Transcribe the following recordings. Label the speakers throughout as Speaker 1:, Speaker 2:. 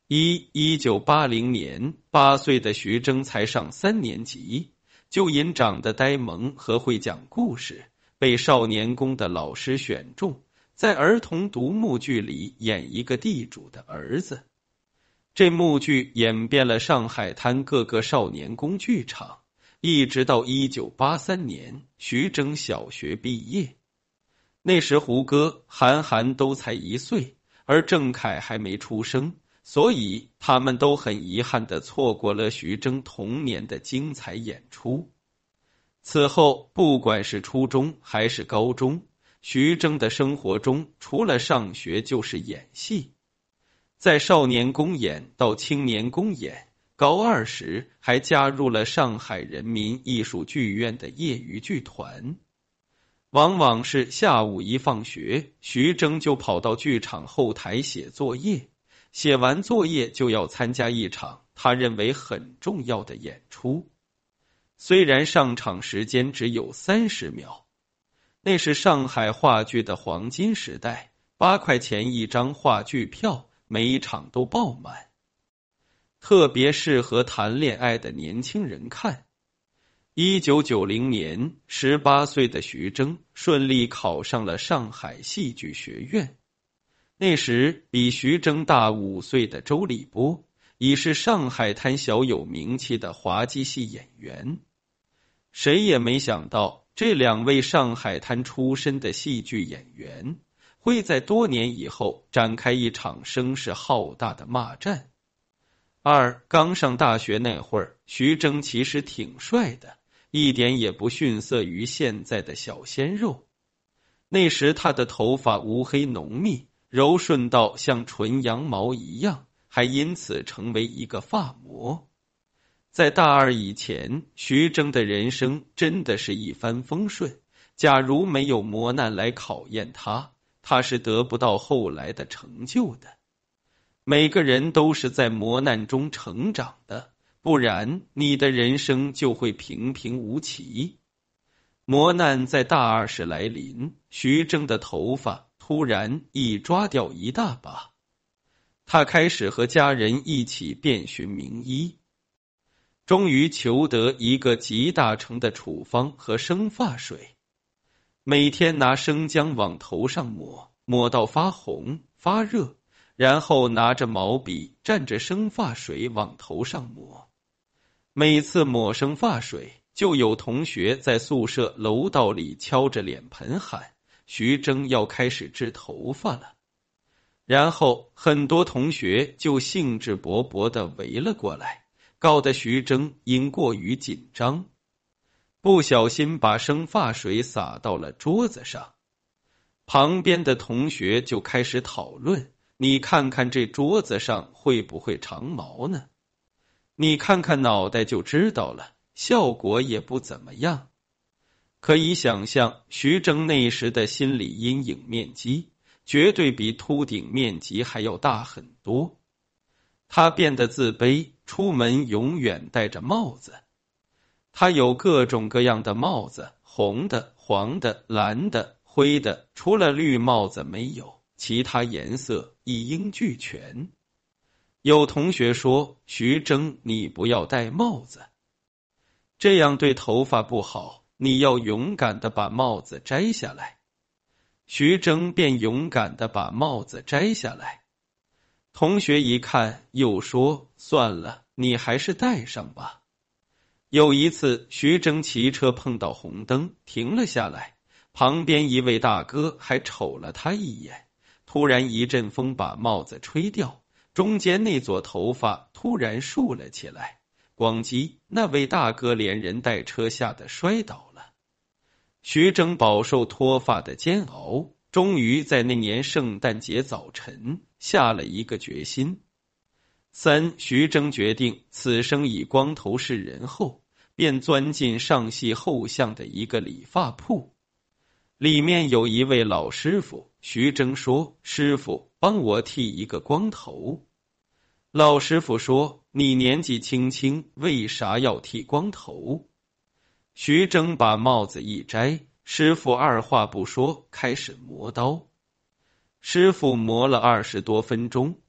Speaker 1: 1980年，8岁的徐峥才上3年级，就因长得呆萌和会讲故事，被少年宫的老师选中，在儿童独幕剧里演一个地主的儿子。这幕剧演遍了上海滩各个少年宫剧场，一直到1983年，徐峥小学毕业。那时胡歌、韩寒都才1岁，而郑恺还没出生，所以他们都很遗憾地错过了徐峥童年的精彩演出。此后，不管是初中还是高中，徐峥的生活中除了上学就是演戏。在少年宫演到青年宫演，高2时还加入了上海人民艺术剧院的业余剧团。往往是下午一放学，徐峥就跑到剧场后台写作业，写完作业就要参加一场他认为很重要的演出。虽然上场时间只有30秒，那是上海话剧的黄金时代，8块钱一张话剧票，每一场都爆满，特别适合谈恋爱的年轻人看。1990年，18岁的徐峥顺利考上了上海戏剧学院。那时比徐峥大5岁的周立波已是上海滩小有名气的滑稽戏演员。谁也没想到，这2位上海滩出身的戏剧演员会在多年以后展开一场声势浩大的骂战。刚上大学那会儿，徐峥其实挺帅的，一点也不逊色于现在的小鲜肉。那时他的头发乌黑浓密，柔顺到像纯羊毛一样，还因此成为一个发魔。在大2以前，徐峥的人生真的是一帆风顺，假如没有磨难来考验他，他是得不到后来的成就的。每个人都是在磨难中成长的，不然你的人生就会平平无奇。磨难在大2时来临，徐峥的头发突然一抓掉一大把，他开始和家人一起遍寻名医，终于求得一个集大成的处方和生发水。每天拿生姜往头上抹，抹到发红发热，然后拿着毛笔蘸着生发水往头上抹。每次抹生发水，就有同学在宿舍楼道里敲着脸盆喊徐峥要开始治头发了。然后很多同学就兴致勃勃地围了过来，搞得徐峥因过于紧张，不小心把生发水洒到了桌子上。旁边的同学就开始讨论，你看看这桌子上会不会长毛呢？你看看脑袋就知道了，效果也不怎么样。可以想象，徐峥那时的心理阴影面积绝对比秃顶面积还要大很多。他变得自卑，出门永远戴着帽子。他有各种各样的帽子，红的、黄的、蓝的、灰的，除了绿帽子没有，其他颜色一应俱全。有同学说，徐峥你不要戴帽子，这样对头发不好，你要勇敢地把帽子摘下来。徐峥便勇敢地把帽子摘下来。同学一看又说，算了，你还是戴上吧。有一次，徐峥骑车碰到红灯，停了下来，旁边一位大哥还瞅了他一眼，突然一阵风把帽子吹掉，中间那撮头发突然竖了起来，咣叽，那位大哥连人带车吓得摔倒了。徐峥饱受脱发的煎熬，终于在那年圣诞节早晨下了一个决心。徐峥决定此生以光头示人后，便钻进上戏后巷的一个理发铺。里面有一位老师傅，徐峥说，师傅，帮我剃一个光头。老师傅说，你年纪轻轻，为啥要剃光头？徐峥把帽子一摘，师傅二话不说开始磨刀。师傅磨了20多分钟，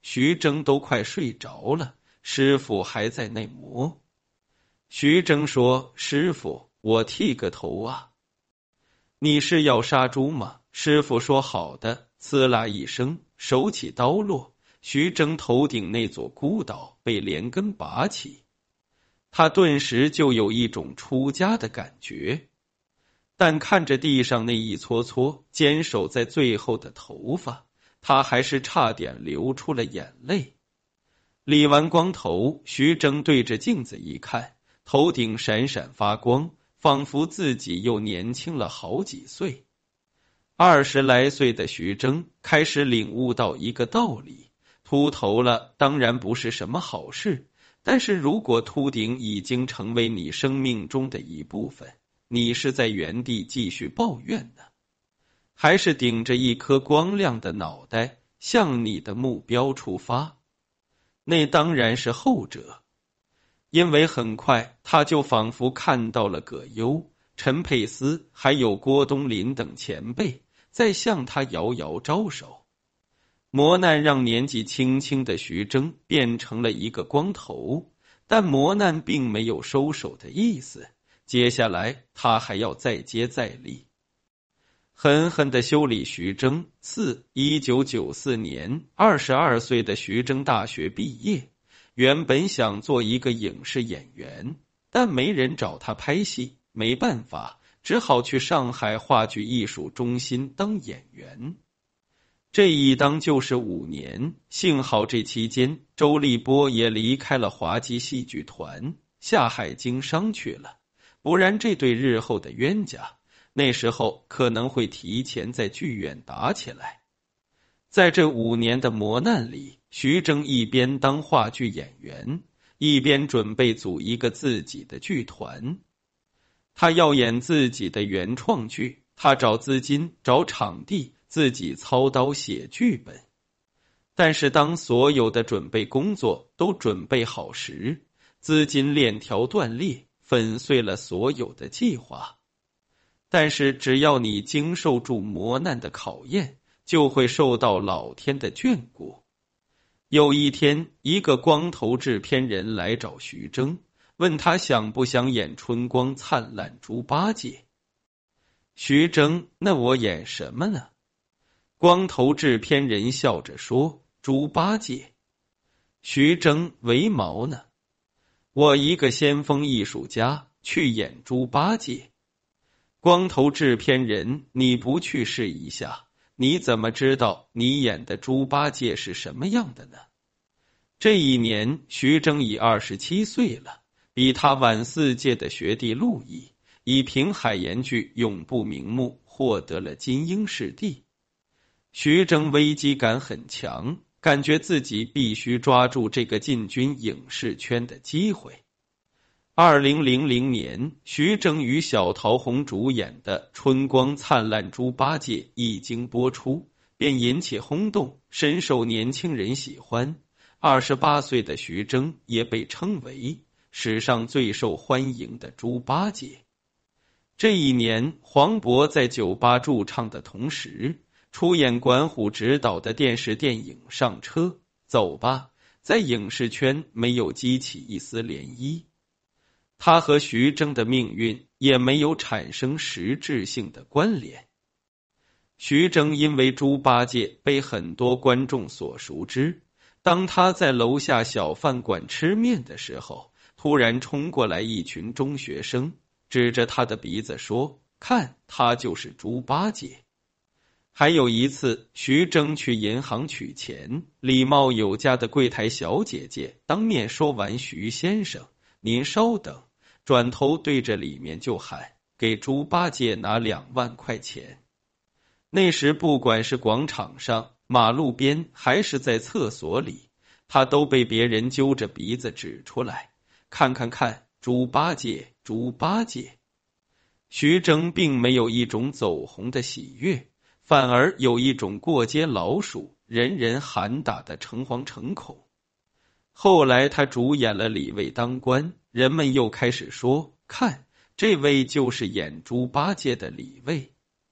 Speaker 1: 徐峥都快睡着了，师傅还在那磨。徐峥说：“师傅，我剃个头啊。”“你是要杀猪吗？”师傅说：“好的。”呲啦一声，手起刀落，徐峥头顶那座孤岛被连根拔起，他顿时就有一种出家的感觉。但看着地上那一撮撮坚守在最后的头发，他还是差点流出了眼泪。理完光头，徐峥对着镜子一看，头顶闪闪发光，仿佛自己又年轻了好几岁。20来岁的徐峥开始领悟到一个道理：秃头了当然不是什么好事，但是如果秃顶已经成为你生命中的一部分，你是在原地继续抱怨呢，还是顶着一颗光亮的脑袋向你的目标出发？那当然是后者。因为很快他就仿佛看到了葛优、陈佩斯还有郭冬临等前辈在向他遥遥招手。磨难让年纪轻轻的徐峥变成了一个光头，但磨难并没有收手的意思，接下来他还要再接再厉，狠狠地修理徐峥。1994年，22岁的徐峥大学毕业，原本想做一个影视演员，但没人找他拍戏，没办法，只好去上海话剧艺术中心当演员。这一当就是5年，幸好这期间周立波也离开了滑稽戏剧团，下海经商去了，不然这对日后的冤家，那时候可能会提前在剧院打起来。在这5年的磨难里，徐峥一边当话剧演员，一边准备组一个自己的剧团。他要演自己的原创剧，他找资金，找场地，自己操刀写剧本。但是当所有的准备工作都准备好时，资金链条断裂，粉碎了所有的计划。但是只要你经受住磨难的考验，就会受到老天的眷顾。有一天，一个光头制片人来找徐峥，问他想不想演春光灿烂猪八戒。徐峥：那我演什么呢？光头制片人笑着说：猪八戒。徐峥：为毛呢？我一个先锋艺术家去演猪八戒。光头制片人：你不去试一下，你怎么知道你演的猪八戒是什么样的呢？这一年，徐峥已27岁了，比他晚4届的学弟陆毅，以凭海盐剧《永不瞑目》获得了金鹰视帝。徐峥危机感很强，感觉自己必须抓住这个进军影视圈的机会。2000年，徐峥与小桃红主演的《春光灿烂猪八戒》一经播出，便引起轰动，深受年轻人喜欢。28岁的徐峥也被称为史上最受欢迎的猪八戒。这一年，黄渤在酒吧驻唱的同时，出演管虎执导的电视电影《上车走吧》，在影视圈没有激起一丝涟漪。他和徐峥的命运也没有产生实质性的关联。徐峥因为猪八戒被很多观众所熟知，当他在楼下小饭馆吃面的时候，突然冲过来一群中学生，指着他的鼻子说：看，他就是猪八戒。还有一次，徐峥去银行取钱，礼貌有加的柜台小姐姐当面说完徐先生您稍等，转头对着里面就喊给猪八戒拿2万块钱。那时不管是广场上、马路边还是在厕所里，他都被别人揪着鼻子指出来，看看看，猪八戒，猪八戒。徐峥并没有一种走红的喜悦，反而有一种过街老鼠人人喊打的诚惶诚恐。后来他主演了《李卫当官》，人们又开始说，看，这位就是演猪八戒的李卫。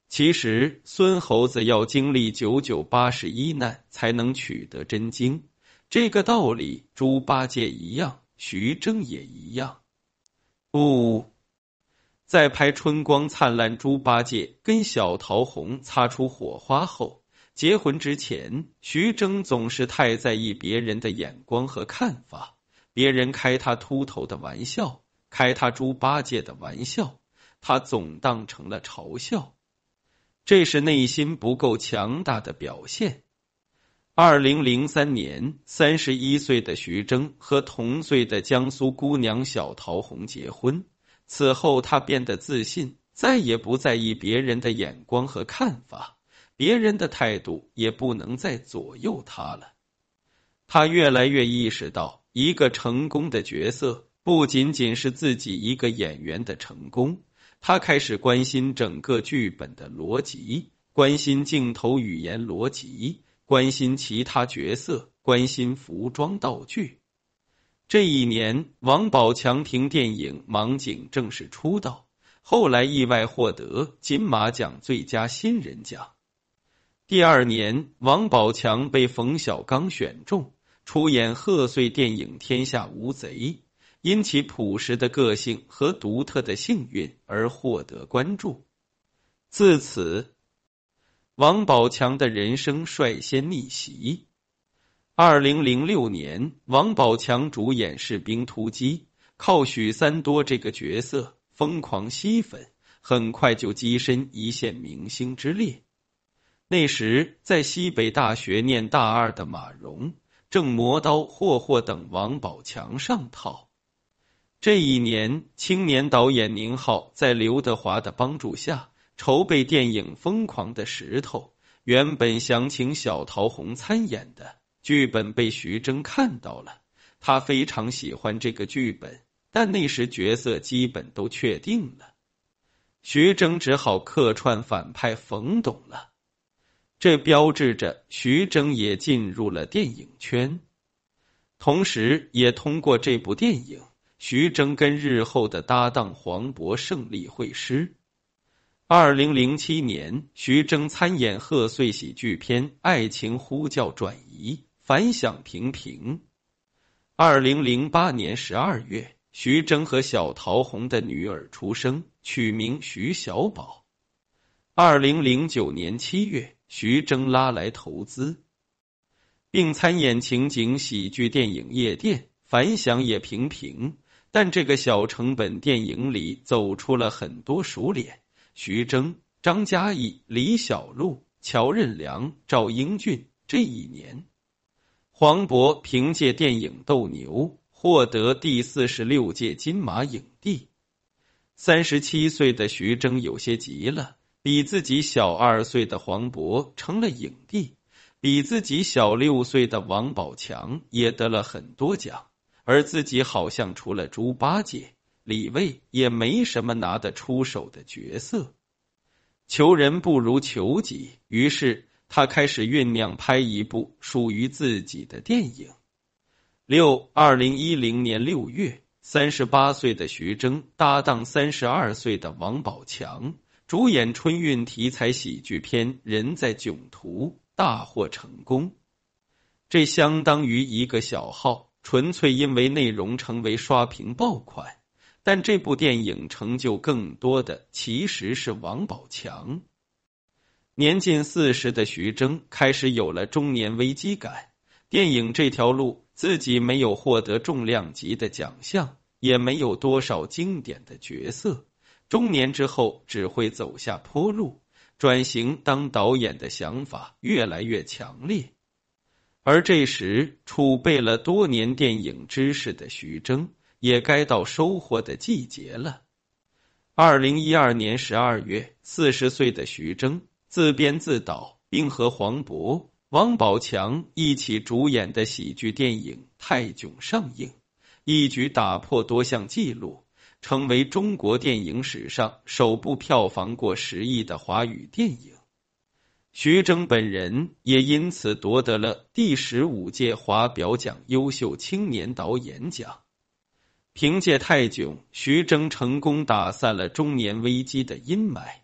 Speaker 1: 其实孙猴子要经历9981难才能取得真经，这个道理猪八戒一样，徐峥也一样。在拍春光灿烂猪八戒跟小桃红擦出火花后，结婚之前，徐峥总是太在意别人的眼光和看法，别人开他秃头的玩笑，开他猪八戒的玩笑，他总当成了嘲笑，这是内心不够强大的表现。2003年，31岁的徐峥和同岁的江苏姑娘小桃红结婚，此后他变得自信，再也不在意别人的眼光和看法，别人的态度也不能再左右他了。他越来越意识到，一个成功的角色不仅仅是自己一个演员的成功，他开始关心整个剧本的逻辑，关心镜头语言逻辑，关心其他角色，关心服装道具。这一年，王宝强凭电影《盲井》正式出道，后来意外获得金马奖最佳新人奖。第二年，王宝强被冯小刚选中，出演贺岁电影《天下无贼》，因其朴实的个性和独特的幸运而获得关注。自此，王宝强的人生率先逆袭。2006年，王宝强主演《士兵突击》，靠许三多这个角色疯狂吸粉，很快就跻身一线明星之列。那时，在西北大学念大二的马蓉，正磨刀霍霍等王宝强上套。这一年，青年导演宁浩在刘德华的帮助下，筹备电影《疯狂的石头》，原本想请小桃红参演的剧本被徐峥看到了，他非常喜欢这个剧本，但那时角色基本都确定了，徐峥只好客串反派冯董了。这标志着徐峥也进入了电影圈，同时也通过这部电影，徐峥跟日后的搭档黄渤胜利会师。2007年，徐峥参演贺岁喜剧片《爱情呼叫转移》，反响平平。2008年12月，徐峥和小桃红的女儿出生，取名徐小宝。2009年7月，徐峥拉来投资，并参演情景喜剧电影《夜店》，反响也平平。但这个小成本电影里走出了很多熟脸，徐峥、张嘉译、李小璐、乔任梁、赵英俊。这一年，黄渤凭借电影《斗牛》获得第46届金马影帝。37岁的徐峥有些急了，比自己小2岁的黄渤成了影帝，比自己小6岁的王宝强也得了很多奖，而自己好像除了猪八戒、李卫也没什么拿得出手的角色。求人不如求己，于是他开始酝酿拍一部属于自己的电影。2010年6月，38岁的徐峥搭档32岁的王宝强，主演春运题材喜剧片《人在囧途》，大获成功。这相当于一个小号，纯粹因为内容成为刷屏爆款。但这部电影成就更多的其实是王宝强。年近40的徐峥开始有了中年危机感，电影这条路自己没有获得重量级的奖项，也没有多少经典的角色，中年之后只会走下坡路，转型当导演的想法越来越强烈。而这时储备了多年电影知识的徐峥也该到收获的季节了。2012年12月，40岁的徐峥自编自导，并和黄渤、王宝强一起主演的喜剧电影《泰囧》上映，一举打破多项纪录，成为中国电影史上首部票房过10亿的华语电影。徐峥本人也因此夺得了第15届华表奖优秀青年导演奖。凭借泰囧，徐峥成功打散了中年危机的阴霾，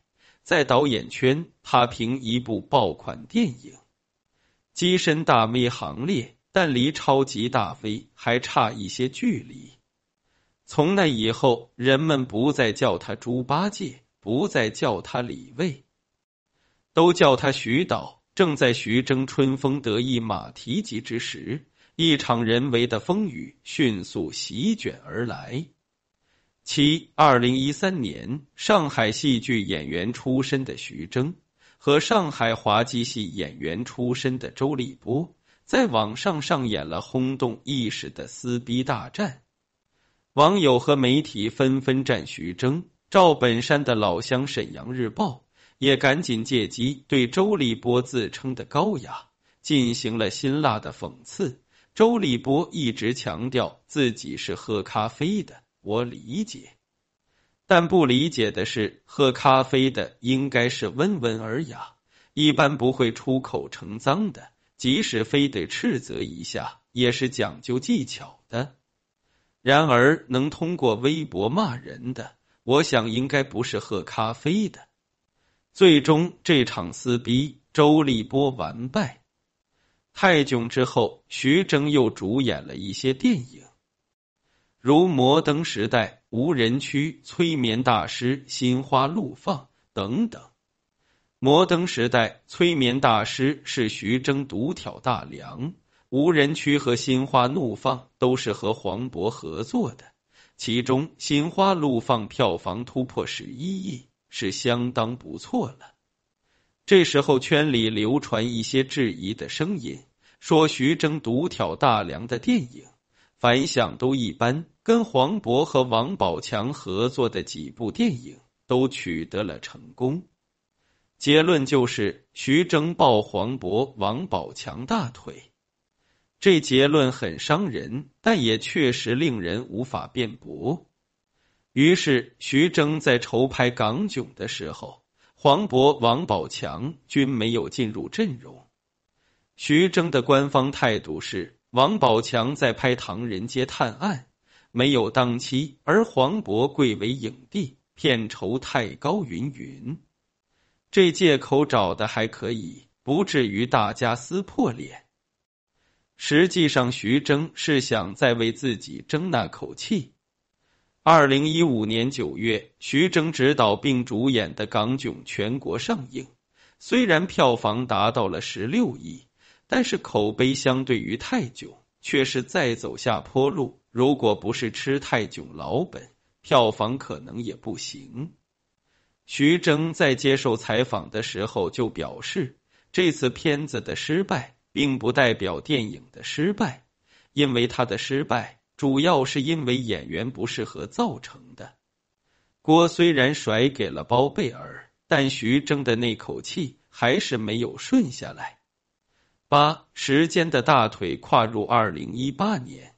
Speaker 1: 在导演圈，他凭一部爆款电影跻身大 V 行列，但离超级大 V 还差一些距离。从那以后，人们不再叫他猪八戒，不再叫他李卫，都叫他徐导。正在徐峥春风得意马蹄疾之时，一场人为的风雨迅速席卷而来。2013年，上海戏剧演员出身的徐峥和上海滑稽戏演员出身的周立波在网上上演了轰动一时的撕逼大战。网友和媒体纷纷站徐峥，赵本山的老乡沈阳日报也赶紧借机对周立波自称的高雅进行了辛辣的讽刺。周立波一直强调自己是喝咖啡的，我理解，但不理解的是，喝咖啡的应该是温文尔雅，一般不会出口成脏的，即使非得斥责一下，也是讲究技巧的。然而能通过微博骂人的，我想应该不是喝咖啡的。最终这场撕逼，周立波完败。泰囧之后，徐峥又主演了一些电影，如《摩登时代》《无人区》《催眠大师》《心花怒放》等等。《摩登时代》《催眠大师》是徐峥独挑大梁，《无人区》和《心花怒放》都是和黄渤合作的，其中《心花怒放》票房突破11亿，是相当不错了。这时候圈里流传一些质疑的声音，说徐峥独挑大梁的电影反响都一般，跟黄渤和王宝强合作的几部电影都取得了成功。结论就是徐峥抱黄渤、王宝强大腿。这结论很伤人，但也确实令人无法辩驳。于是徐峥在筹拍港囧的时候，黄渤、王宝强均没有进入阵容。徐峥的官方态度是，王宝强在拍《唐人街探案》没有档期，而黄渤贵为影帝，片酬太高云云。这借口找的还可以，不至于大家撕破脸。实际上徐峥是想再为自己争那口气。2015年9月，徐峥执导并主演的港囧全国上映，虽然票房达到了16亿，但是口碑相对于泰囧却是再走下坡路，如果不是吃泰囧老本，票房可能也不行。徐峥在接受采访的时候就表示，这次片子的失败并不代表电影的失败，因为他的失败主要是因为演员不适合造成的。锅虽然甩给了包贝尔，但徐峥的那口气还是没有顺下来。时间的大腿跨入2018年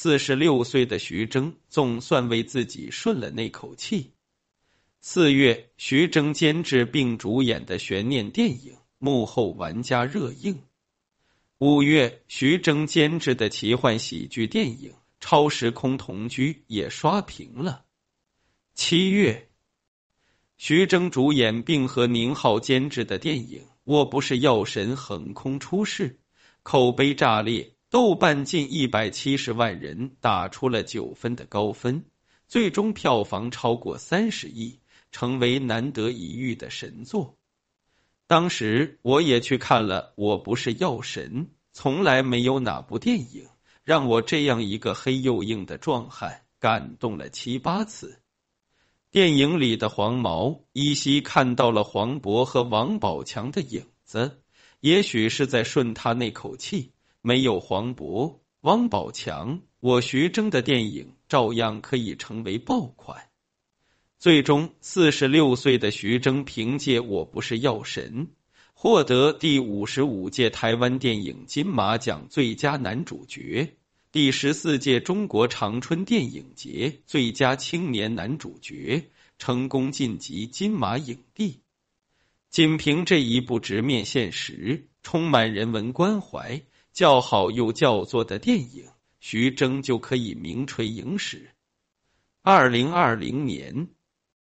Speaker 1: ，46岁的徐峥总算为自己顺了那口气。4月，徐峥监制并主演的悬念电影《幕后玩家》热映。5月，徐峥监制的奇幻喜剧电影《超时空同居》也刷屏了。7月，徐峥主演并和宁浩监制的电影《我不是药神》横空出世，口碑炸裂，豆瓣近170万人打出了9分的高分，最终票房超过30亿，成为难得一遇的神作。当时我也去看了《我不是药神》，从来没有哪部电影让我这样一个黑又硬的壮汉感动了7、8次。电影里的黄毛依稀看到了黄渤和王宝强的影子，也许是在顺他那口气，没有黄渤、王宝强，我徐峥的电影照样可以成为爆款。最终46岁的徐峥凭借《我不是药神》获得第55届台湾电影金马奖最佳男主角，第14届中国长春电影节最佳青年男主角，成功晋级金马影帝。仅凭这一部直面现实、充满人文关怀、叫好又叫座的电影，徐峥就可以名垂影史。2020年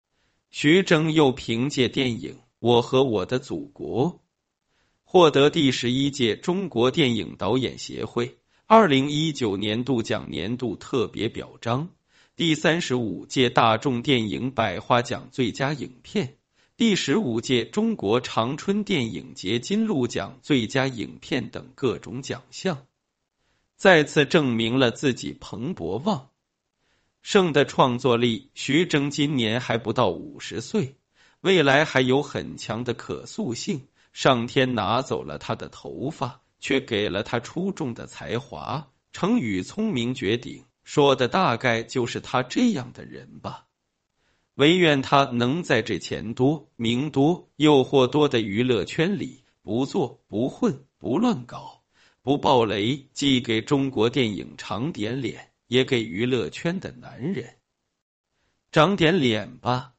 Speaker 1: 徐峥又凭借电影《我和我的祖国》获得第11届中国电影导演协会2019年度奖年度特别表彰、第35届大众电影百花奖最佳影片、第15届中国长春电影节金鹿奖最佳影片等各种奖项，再次证明了自己蓬勃旺盛的创作力。徐峥今年还不到50岁，未来还有很强的可塑性。上天拿走了他的头发，却给了他出众的才华。成语聪明绝顶，说的大概就是他这样的人吧。唯愿他能在这钱多、名多、诱惑多的娱乐圈里，不做、不混、不乱搞、不爆雷，既给中国电影长点脸，也给娱乐圈的男人长点脸吧。